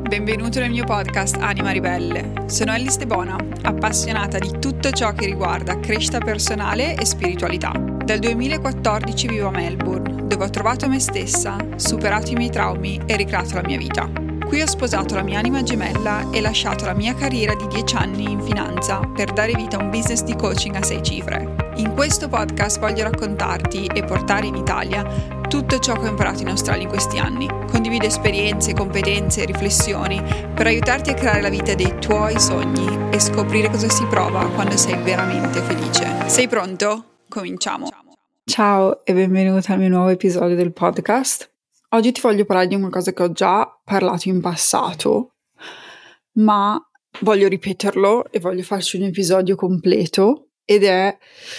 Benvenuto nel mio podcast Anima Ribelle. Sono Ellie Stebona, appassionata di tutto ciò che riguarda crescita personale e spiritualità. Dal 2014 vivo a Melbourne, dove ho trovato me stessa, superato i miei traumi e ricreato la mia vita. Qui ho sposato la mia anima gemella e lasciato la mia carriera di 10 anni in finanza per dare vita a un business di coaching a 6 cifre. In questo podcast voglio raccontarti e portare in Italia tutto ciò che ho imparato in Australia in questi anni. Condivido esperienze, competenze e riflessioni per aiutarti a creare la vita dei tuoi sogni e scoprire cosa si prova quando sei veramente felice. Sei pronto? Cominciamo! Ciao e benvenuta al mio nuovo episodio del podcast. Oggi ti voglio parlare di una cosa che ho già parlato in passato, ma voglio ripeterlo e voglio farci un episodio completo ed è,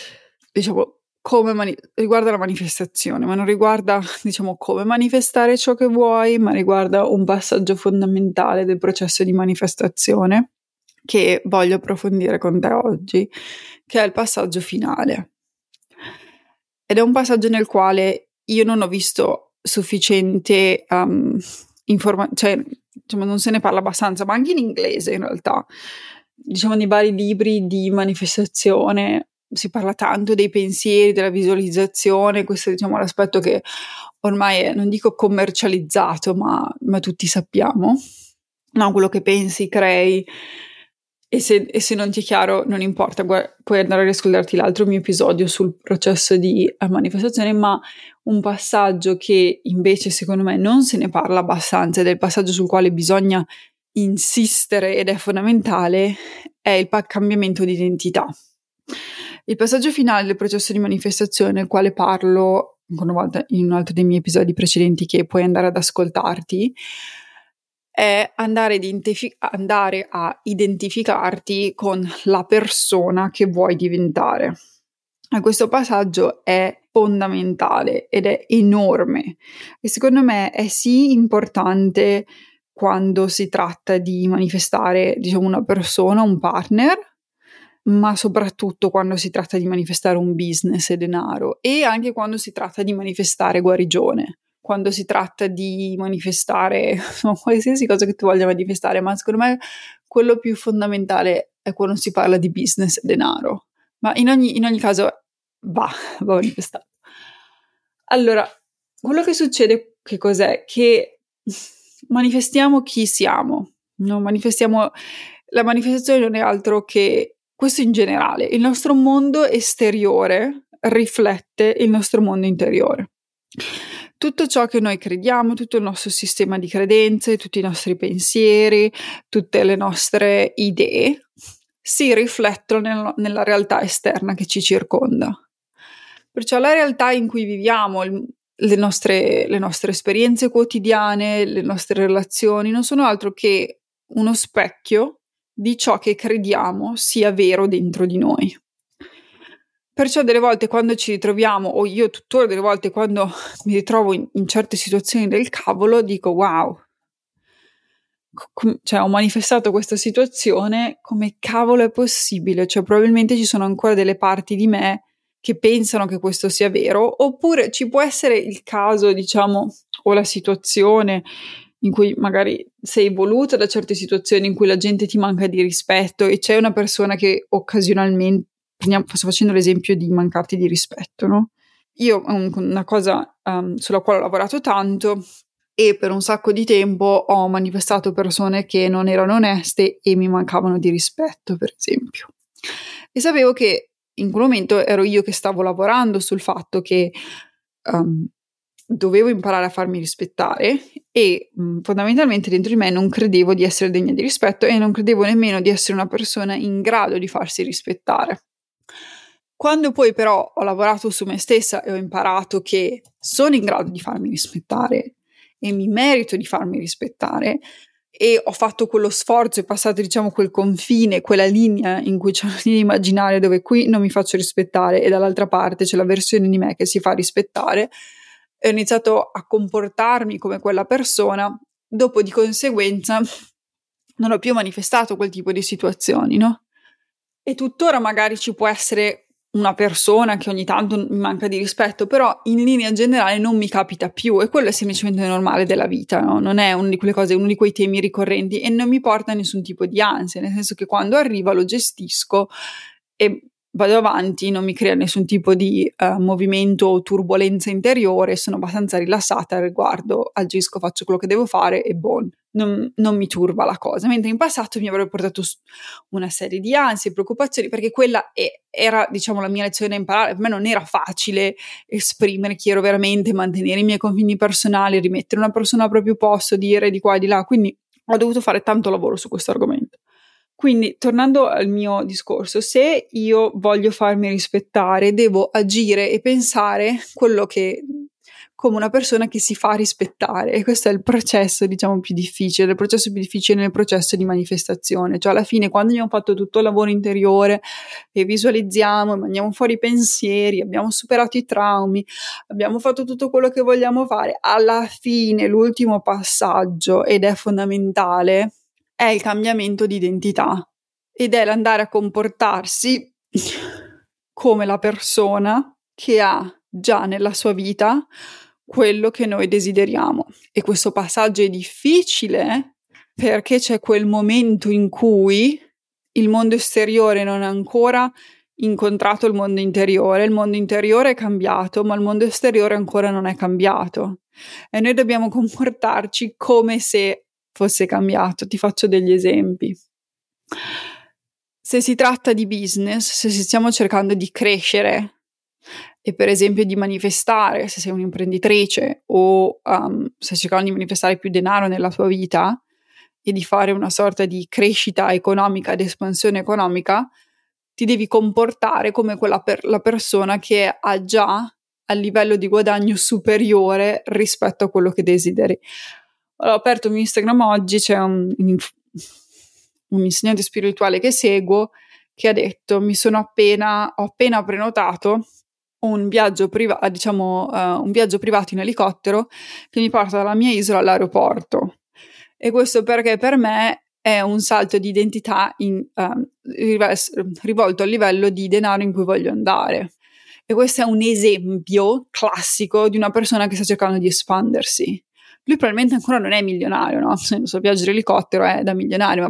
riguarda la manifestazione, ma non riguarda, come manifestare ciò che vuoi, ma riguarda un passaggio fondamentale del processo di manifestazione che voglio approfondire con te oggi, che è il passaggio finale. Ed è un passaggio nel quale io non ho visto sufficiente non se ne parla abbastanza, ma anche in inglese in realtà. Nei vari libri di manifestazione si parla tanto dei pensieri, della visualizzazione, questo è l'aspetto che ormai è, non dico commercializzato, ma tutti sappiamo, no? Quello che pensi, crei, e se non ti è chiaro non importa, puoi andare a riascoltarti l'altro mio episodio sul processo di manifestazione, ma un passaggio che invece secondo me non se ne parla abbastanza ed è il passaggio sul quale bisogna insistere ed è fondamentale, è il cambiamento di identità. Il passaggio finale del processo di manifestazione, nel quale parlo ancora una volta in un altro dei miei episodi precedenti che puoi andare ad ascoltarti, è andare a identificarti con la persona che vuoi diventare. E questo passaggio è fondamentale ed è enorme e secondo me è sì importante quando si tratta di manifestare, una persona, un partner, ma soprattutto quando si tratta di manifestare un business e denaro, e anche quando si tratta di manifestare guarigione, quando si tratta di manifestare qualsiasi cosa che tu voglia manifestare, ma secondo me quello più fondamentale è quando si parla di business e denaro, ma in ogni caso va manifestato. Allora, quello che succede, che cos'è? Che manifestiamo chi siamo, no? La manifestazione non è altro che questo in generale. Il nostro mondo esteriore riflette il nostro mondo interiore. Tutto ciò che noi crediamo, tutto il nostro sistema di credenze, tutti i nostri pensieri, tutte le nostre idee si riflettono nella realtà esterna che ci circonda. Perciò la realtà in cui viviamo, le nostre esperienze quotidiane, le nostre relazioni non sono altro che uno specchio di ciò che crediamo sia vero dentro di noi. Perciò delle volte quando ci ritroviamo, o io tuttora delle volte quando mi ritrovo in certe situazioni del cavolo, dico wow, ho manifestato questa situazione, come cavolo è possibile? Probabilmente ci sono ancora delle parti di me che pensano che questo sia vero, oppure ci può essere il caso, o la situazione in cui magari sei voluta da certe situazioni in cui la gente ti manca di rispetto e c'è una persona che occasionalmente, sto facendo l'esempio di mancarti di rispetto, no? Io una cosa sulla quale ho lavorato tanto e per un sacco di tempo ho manifestato persone che non erano oneste e mi mancavano di rispetto, per esempio. E sapevo che in quel momento ero io che stavo lavorando sul fatto che dovevo imparare a farmi rispettare e fondamentalmente dentro di me non credevo di essere degna di rispetto e non credevo nemmeno di essere una persona in grado di farsi rispettare. Quando poi però ho lavorato su me stessa e ho imparato che sono in grado di farmi rispettare e mi merito di farmi rispettare e ho fatto quello sforzo e passato quel confine, quella linea in cui c'è una linea immaginaria dove qui non mi faccio rispettare e dall'altra parte c'è la versione di me che si fa rispettare, e ho iniziato a comportarmi come quella persona, dopo di conseguenza non ho più manifestato quel tipo di situazioni, no? E tuttora magari ci può essere una persona che ogni tanto mi manca di rispetto, però in linea generale non mi capita più, e quello è semplicemente normale della vita, no? Non è una di quelle cose, uno di quei temi ricorrenti, e non mi porta a nessun tipo di ansia, nel senso che quando arriva lo gestisco e vado avanti, non mi crea nessun tipo di movimento o turbolenza interiore, sono abbastanza rilassata al riguardo, agisco, faccio quello che devo fare e buon. Non mi turba la cosa, mentre in passato mi avrebbe portato una serie di ansie, preoccupazioni, perché quella era, diciamo, la mia lezione da imparare. Per me non era facile esprimere chi ero veramente, mantenere i miei confini personali, rimettere una persona al proprio posto, dire di qua e di là, quindi ho dovuto fare tanto lavoro su questo argomento. Quindi, tornando al mio discorso, se io voglio farmi rispettare, devo agire e pensare quello che come una persona che si fa rispettare, e questo è il processo, diciamo, più difficile. Il processo più difficile nel processo di manifestazione, cioè alla fine, quando abbiamo fatto tutto il lavoro interiore e visualizziamo, mandiamo fuori i pensieri, abbiamo superato i traumi, abbiamo fatto tutto quello che vogliamo fare, alla fine l'ultimo passaggio, ed è fondamentale, è il cambiamento di identità, ed è l'andare a comportarsi come la persona che ha già nella sua vita quello che noi desideriamo. E questo passaggio è difficile perché c'è quel momento in cui il mondo esteriore non ha ancora incontrato il mondo interiore è cambiato, ma il mondo esteriore ancora non è cambiato, e noi dobbiamo comportarci come se fosse cambiato. Ti faccio degli esempi. Se si tratta di business, se stiamo cercando di crescere e per esempio di manifestare, se sei un'imprenditrice o stai cercando di manifestare più denaro nella tua vita e di fare una sorta di crescita economica ed espansione economica, ti devi comportare come la persona che ha già a livello di guadagno superiore rispetto a quello che desideri. Ho aperto il mio Instagram oggi, c'è un insegnante spirituale che seguo che ha detto: ho appena prenotato un viaggio privato in elicottero che mi porta dalla mia isola all'aeroporto. E questo perché per me è un salto di identità rivolto al livello di denaro in cui voglio andare. E questo è un esempio classico di una persona che sta cercando di espandersi. Lui probabilmente ancora non è milionario, no? Il suo viaggio in elicottero è da milionario,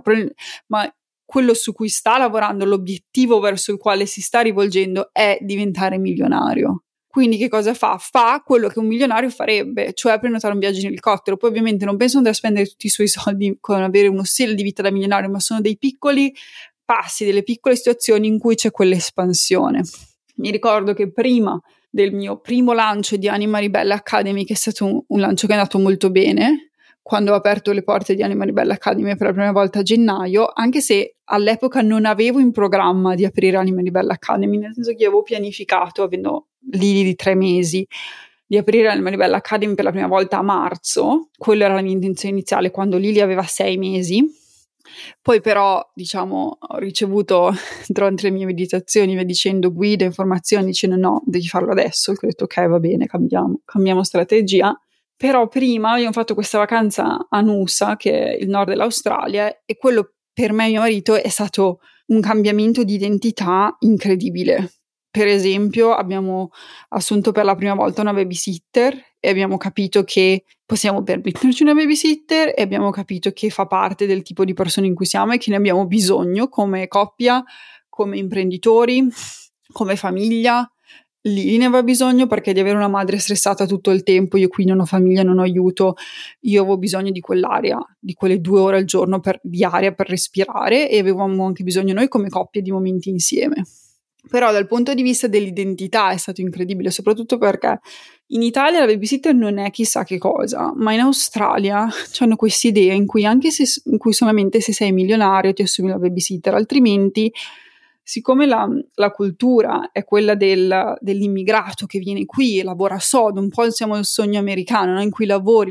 ma quello su cui sta lavorando, l'obiettivo verso il quale si sta rivolgendo è diventare milionario. Quindi che cosa fa? Fa quello che un milionario farebbe, cioè prenotare un viaggio in elicottero. Poi ovviamente non penso andare a spendere tutti i suoi soldi con avere uno stile di vita da milionario, ma sono dei piccoli passi, delle piccole situazioni in cui c'è quell'espansione. Mi ricordo che prima del mio primo lancio di Anima Ribelle Academy, che è stato un lancio che è andato molto bene, quando ho aperto le porte di Anima Ribelle Academy per la prima volta a gennaio, anche se all'epoca non avevo in programma di aprire Anima Ribelle Academy, nel senso che io avevo pianificato, avendo Lili di 3 mesi, di aprire Anima Ribelle Academy per la prima volta a marzo. Quella era la mia intenzione iniziale, quando Lili aveva 6 mesi. Poi però, diciamo, ho ricevuto durante le mie meditazioni via dicendo guide, informazioni, dicendo no, devi farlo adesso. Ho detto ok, va bene, cambiamo strategia. Però prima abbiamo fatto questa vacanza a Noosa, che è il nord dell'Australia, e quello per me e mio marito è stato un cambiamento di identità incredibile. Per esempio, abbiamo assunto per la prima volta una babysitter e abbiamo capito che possiamo permetterci una babysitter, e abbiamo capito che fa parte del tipo di persone in cui siamo e che ne abbiamo bisogno come coppia, come imprenditori, come famiglia. Lì ne aveva bisogno perché di avere una madre stressata tutto il tempo, io qui non ho famiglia, non ho aiuto, io avevo bisogno di quell'aria, di quelle 2 ore al giorno di aria per respirare, e avevamo anche bisogno noi come coppia di momenti insieme. Però dal punto di vista dell'identità è stato incredibile, soprattutto perché in Italia la babysitter non è chissà che cosa, ma in Australia hanno questa idea in cui in cui solamente se sei milionario ti assumi la babysitter, altrimenti, siccome la cultura è quella dell'immigrato che viene qui e lavora sodo, un po' siamo il sogno americano, no? In cui lavori,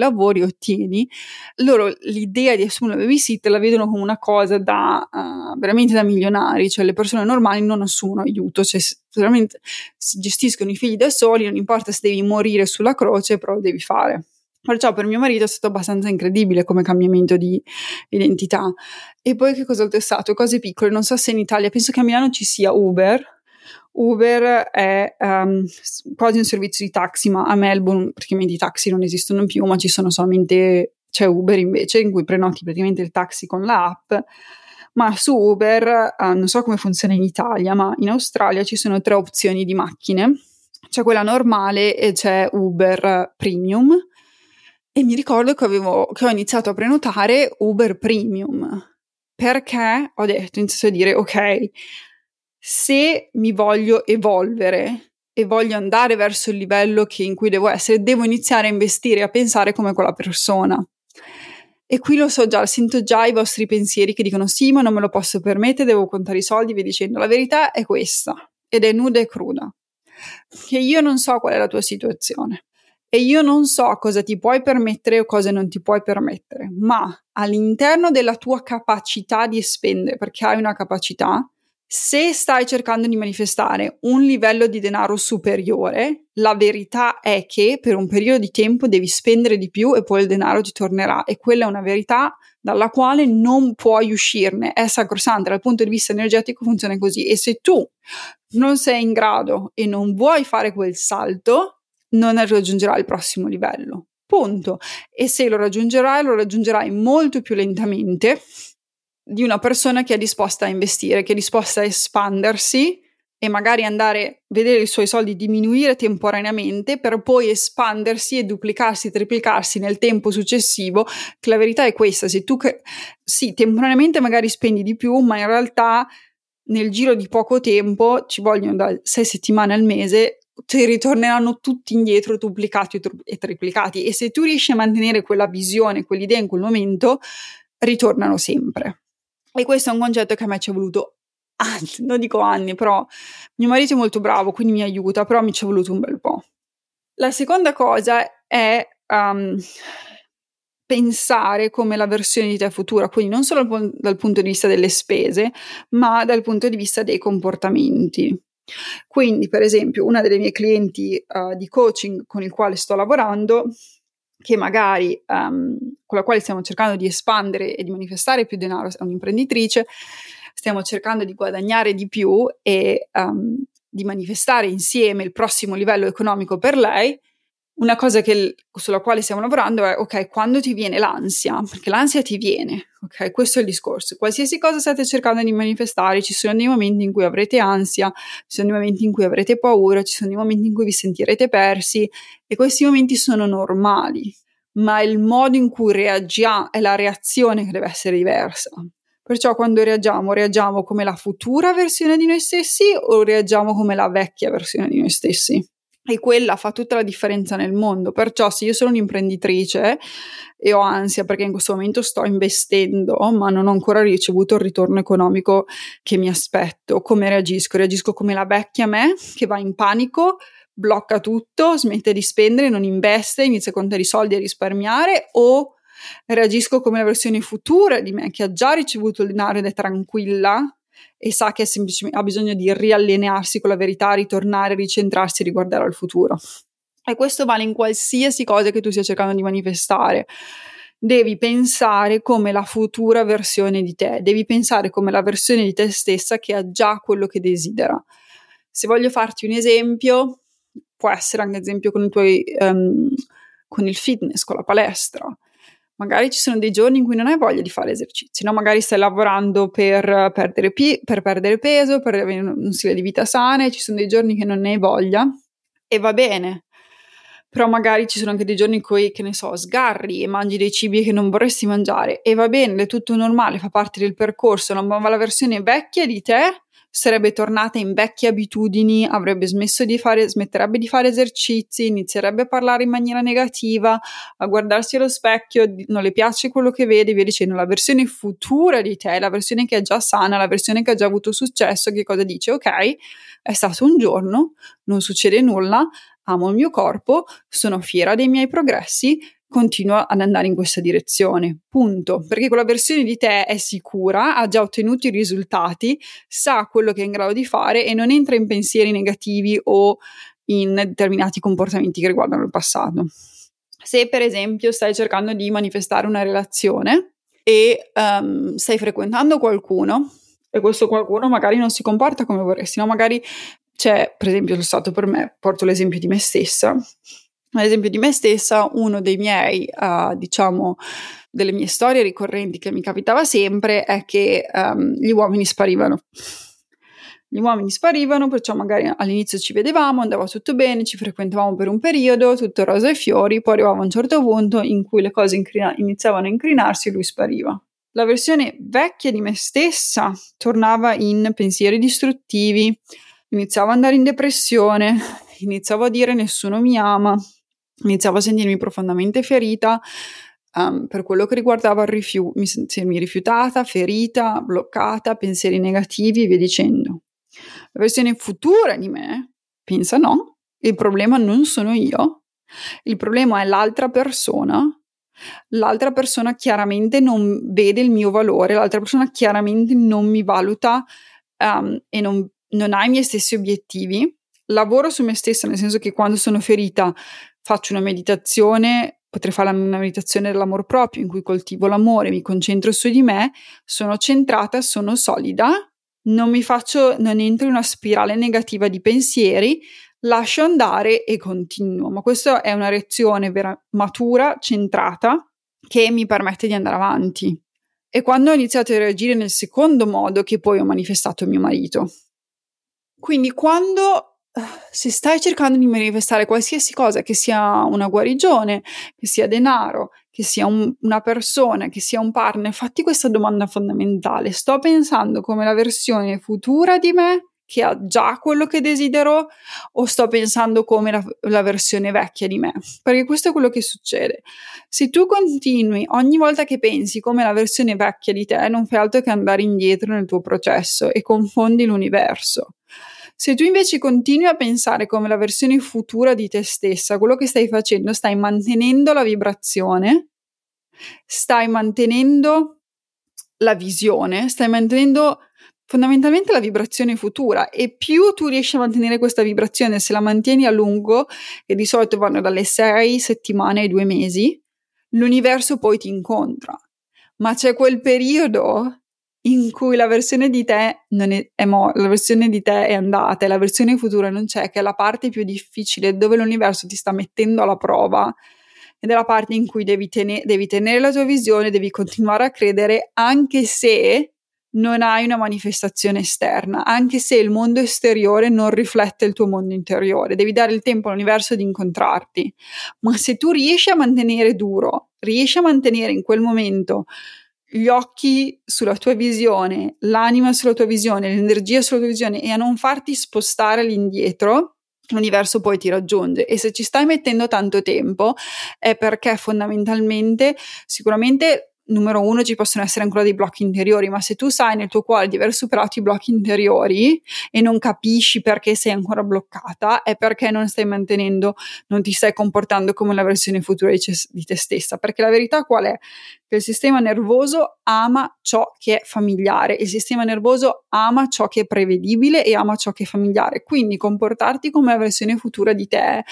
ottieni, loro l'idea di assumere una babysitter la vedono come una cosa veramente da milionari, cioè le persone normali non assumono aiuto, cioè veramente si gestiscono i figli da soli, non importa se devi morire sulla croce, però lo devi fare. Perciò per mio marito è stato abbastanza incredibile come cambiamento di identità. E poi che cosa ho testato? Cose piccole, non so se in Italia, penso che a Milano ci sia Uber, Uber è quasi un servizio di taxi, ma a Melbourne praticamente i taxi non esistono più, ma c'è Uber invece, in cui prenoti praticamente il taxi con l'app. Ma su Uber, non so come funziona in Italia, ma in Australia ci sono 3 opzioni di macchine. C'è quella normale e c'è Uber Premium. E mi ricordo che ho iniziato a prenotare Uber Premium perché ho iniziato a dire ok, se mi voglio evolvere e voglio andare verso il livello in cui devo essere, devo iniziare a investire e a pensare come quella persona. E qui lo so già, sento già i vostri pensieri che dicono sì, ma non me lo posso permettere, devo contare i soldi, vi dicendo la verità è questa, ed è nuda e cruda, che io non so qual è la tua situazione. E io non so cosa ti puoi permettere o cosa non ti puoi permettere, ma all'interno della tua capacità di spendere, perché hai una capacità, se stai cercando di manifestare un livello di denaro superiore, la verità è che per un periodo di tempo devi spendere di più e poi il denaro ti tornerà, e quella è una verità dalla quale non puoi uscirne, è sacrosanta, dal punto di vista energetico funziona così. E se tu non sei in grado e non vuoi fare quel salto, non raggiungerai il prossimo livello, punto. E se lo raggiungerai molto più lentamente di una persona che è disposta a investire, che è disposta a espandersi e magari andare a vedere i suoi soldi diminuire temporaneamente per poi espandersi e duplicarsi, triplicarsi nel tempo successivo. Che la verità è questa: se tu sì, temporaneamente magari spendi di più, ma in realtà nel giro di poco tempo, ci vogliono da 6 settimane al mese, ti ritorneranno tutti indietro, duplicati e triplicati. E se tu riesci a mantenere quella visione, quell'idea in quel momento, ritornano sempre. E questo è un concetto che a me ci è voluto anni, non dico anni, però mio marito è molto bravo, quindi mi aiuta, però mi ci è voluto un bel po'. La seconda cosa è pensare come la versione di te futura, quindi non solo dal punto di vista delle spese, ma dal punto di vista dei comportamenti. Quindi, per esempio, una delle mie clienti di coaching con il quale sto lavorando, che magari con la quale stiamo cercando di espandere e di manifestare più denaro, è un'imprenditrice, stiamo cercando di guadagnare di più e di manifestare insieme il prossimo livello economico per lei. Una cosa sulla quale stiamo lavorando è, ok, quando ti viene l'ansia, perché l'ansia ti viene, ok, questo è il discorso. Qualsiasi cosa state cercando di manifestare, ci sono dei momenti in cui avrete ansia, ci sono dei momenti in cui avrete paura, ci sono dei momenti in cui vi sentirete persi, e questi momenti sono normali, ma il modo in cui reagiamo è la reazione che deve essere diversa. Perciò quando reagiamo come la futura versione di noi stessi o reagiamo come la vecchia versione di noi stessi? E quella fa tutta la differenza nel mondo. Perciò se io sono un'imprenditrice e ho ansia perché in questo momento sto investendo ma non ho ancora ricevuto il ritorno economico che mi aspetto, come reagisco? Reagisco come la vecchia me che va in panico, blocca tutto, smette di spendere, non investe, inizia a contare i soldi e a risparmiare, o reagisco come la versione futura di me che ha già ricevuto il denaro ed è tranquilla e sa che semplicemente ha bisogno di riallinearsi con la verità, ritornare, ricentrarsi, riguardare al futuro. E questo vale in qualsiasi cosa che tu stia cercando di manifestare. Devi pensare come la futura versione di te, devi pensare come la versione di te stessa che ha già quello che desidera. Se voglio farti un esempio, può essere anche esempio con con il fitness, con la palestra. Magari ci sono dei giorni in cui non hai voglia di fare esercizi, no? Magari stai lavorando per perdere peso, per avere un stile di vita sano, e ci sono dei giorni che non ne hai voglia e va bene. Però magari ci sono anche dei giorni in cui, che ne so, sgarri e mangi dei cibi che non vorresti mangiare e va bene, è tutto normale, fa parte del percorso, ma la versione vecchia di te sarebbe tornata in vecchie abitudini, smetterebbe di fare esercizi, inizierebbe a parlare in maniera negativa, a guardarsi allo specchio, non le piace quello che vede, via dicendo. La versione futura di te, la versione che è già sana, la versione che ha già avuto successo, che cosa dice? Ok, è stato un giorno, non succede nulla, amo il mio corpo, sono fiera dei miei progressi, continuo ad andare in questa direzione, punto. Perché quella versione di te è sicura, ha già ottenuto i risultati, sa quello che è in grado di fare e non entra in pensieri negativi o in determinati comportamenti che riguardano il passato. Se per esempio stai cercando di manifestare una relazione e stai frequentando qualcuno e questo qualcuno magari non si comporta come vorresti, no? Magari c'è, per esempio, lo stato per me, porto l'esempio di me stessa. Ad esempio di me stessa, uno dei miei, delle mie storie ricorrenti che mi capitava sempre è che gli uomini sparivano. Gli uomini sparivano, perciò magari all'inizio ci vedevamo, andava tutto bene, ci frequentavamo per un periodo, tutto rosa e fiori, poi arrivava un certo punto in cui le cose iniziavano a incrinarsi e lui spariva. La versione vecchia di me stessa tornava in pensieri distruttivi, iniziavo ad andare in depressione, iniziavo a dire nessuno mi ama, iniziavo a sentirmi profondamente ferita per quello che riguardava il sentirmi rifiutata, ferita, bloccata, pensieri negativi e via dicendo. La versione futura di me pensa no, il problema non sono io, il problema è l'altra persona chiaramente non vede il mio valore, l'altra persona chiaramente non mi valuta e non ha i miei stessi obiettivi. Lavoro su me stessa, nel senso che quando sono ferita faccio una meditazione, potrei fare una meditazione dell'amor proprio in cui coltivo l'amore, mi concentro su di me, sono centrata, sono solida, non entro in una spirale negativa di pensieri, lascio andare e continuo. Ma questa è una reazione matura, centrata, che mi permette di andare avanti. E quando ho iniziato a reagire nel secondo modo che poi ho manifestato mio marito. Quindi quando se stai cercando di manifestare qualsiasi cosa, che sia una guarigione, che sia denaro, che sia una persona, che sia un partner, fatti questa domanda fondamentale: sto pensando come la versione futura di me che ha già quello che desidero, o sto pensando come la versione vecchia di me? Perché questo è quello che succede. Se tu continui ogni volta che pensi come la versione vecchia di te, non fai altro che andare indietro nel tuo processo e confondi l'universo. Se tu invece continui a pensare come la versione futura di te stessa, quello che stai facendo, stai mantenendo la vibrazione, stai mantenendo la visione, stai mantenendo fondamentalmente la vibrazione futura, e più tu riesci a mantenere questa vibrazione, se la mantieni a lungo, che di solito vanno dalle 6 settimane ai 2 mesi, l'universo poi ti incontra. Ma c'è quel periodo in cui la versione di te la versione di te è andata e la versione futura non c'è, che è la parte più difficile, dove l'universo ti sta mettendo alla prova, ed è la parte in cui devi tenere la tua visione, devi continuare a credere, anche se non hai una manifestazione esterna, anche se il mondo esteriore non riflette il tuo mondo interiore, devi dare il tempo all'universo di incontrarti. Ma se tu riesci a mantenere duro, riesci a mantenere in quel momento gli occhi sulla tua visione, l'anima sulla tua visione, l'energia sulla tua visione, e a non farti spostare all'indietro, l'universo poi ti raggiunge. E se ci stai mettendo tanto tempo è perché fondamentalmente, sicuramente, numero uno, ci possono essere ancora dei blocchi interiori, ma se tu sai nel tuo cuore di aver superato i blocchi interiori e non capisci perché sei ancora bloccata, è perché non ti stai comportando come la versione futura di te stessa. Perché la verità qual è? Che il sistema nervoso ama ciò che è familiare, il sistema nervoso ama ciò che è prevedibile e ama ciò che è familiare. Quindi comportarti come la versione futura di te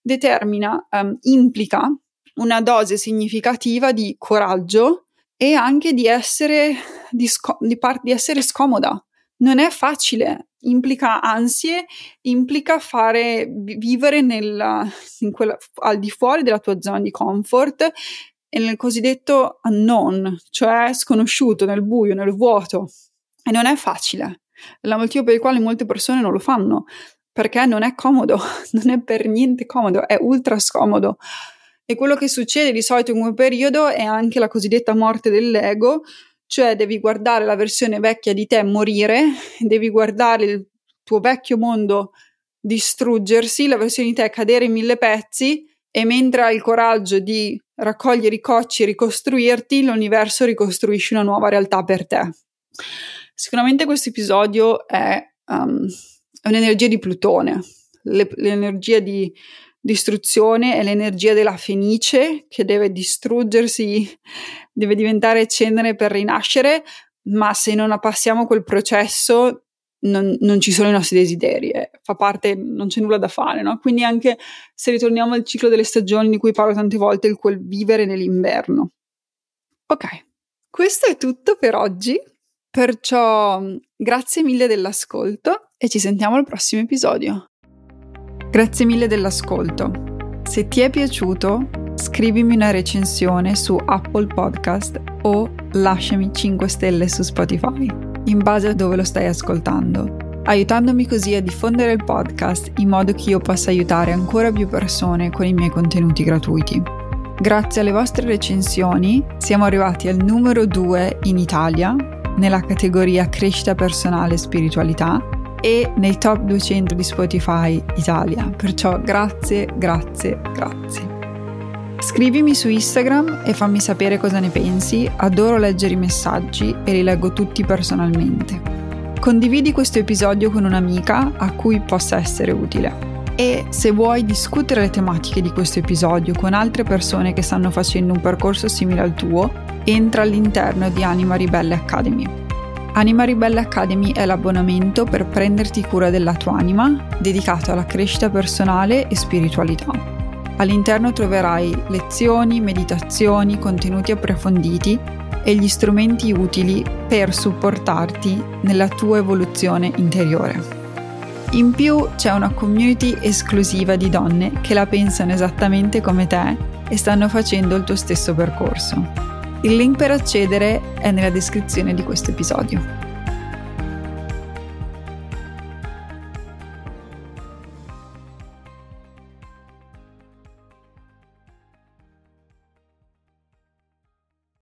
implica una dose significativa di coraggio e anche di essere scomoda. Non è facile, implica ansie, implica vivere al di fuori della tua zona di comfort e nel cosiddetto unknown, cioè sconosciuto, nel buio, nel vuoto. E non è facile. È il motivo per il quale molte persone non lo fanno, perché non è comodo, non è per niente comodo, è ultra scomodo. E quello che succede di solito in quel periodo è anche la cosiddetta morte dell'ego, cioè devi guardare la versione vecchia di te morire, devi guardare il tuo vecchio mondo distruggersi, la versione di te cadere in 1000 pezzi, e mentre hai il coraggio di raccogliere i cocci e ricostruirti, l'universo ricostruisce una nuova realtà per te. Sicuramente questo episodio è un'energia di Plutone, l'energia di distruzione è l'energia della Fenice che deve distruggersi, deve diventare cenere per rinascere, ma se non passiamo quel processo non ci sono i nostri desideri, fa parte, non c'è nulla da fare, no? Quindi anche se ritorniamo al ciclo delle stagioni di cui parlo tante volte, quel vivere nell'inverno. Ok, questo è tutto per oggi, perciò grazie mille dell'ascolto e ci sentiamo al prossimo episodio. Grazie mille dell'ascolto. Se ti è piaciuto, scrivimi una recensione su Apple Podcast o lasciami 5 stelle su Spotify, in base a dove lo stai ascoltando, aiutandomi così a diffondere il podcast in modo che io possa aiutare ancora più persone con i miei contenuti gratuiti. Grazie alle vostre recensioni siamo arrivati al numero 2 in Italia nella categoria crescita personale e spiritualità e nei top 200 di Spotify Italia, perciò grazie. Scrivimi su Instagram e fammi sapere cosa ne pensi, adoro leggere i messaggi e li leggo tutti personalmente. Condividi questo episodio con un'amica a cui possa essere utile. E se vuoi discutere le tematiche di questo episodio con altre persone che stanno facendo un percorso simile al tuo, entra all'interno di Anima Ribelle Academy. Anima Ribelle Academy è l'abbonamento per prenderti cura della tua anima, dedicato alla crescita personale e spiritualità. All'interno troverai lezioni, meditazioni, contenuti approfonditi e gli strumenti utili per supportarti nella tua evoluzione interiore. In più c'è una community esclusiva di donne che la pensano esattamente come te e stanno facendo il tuo stesso percorso. Il link per accedere è nella descrizione di questo episodio.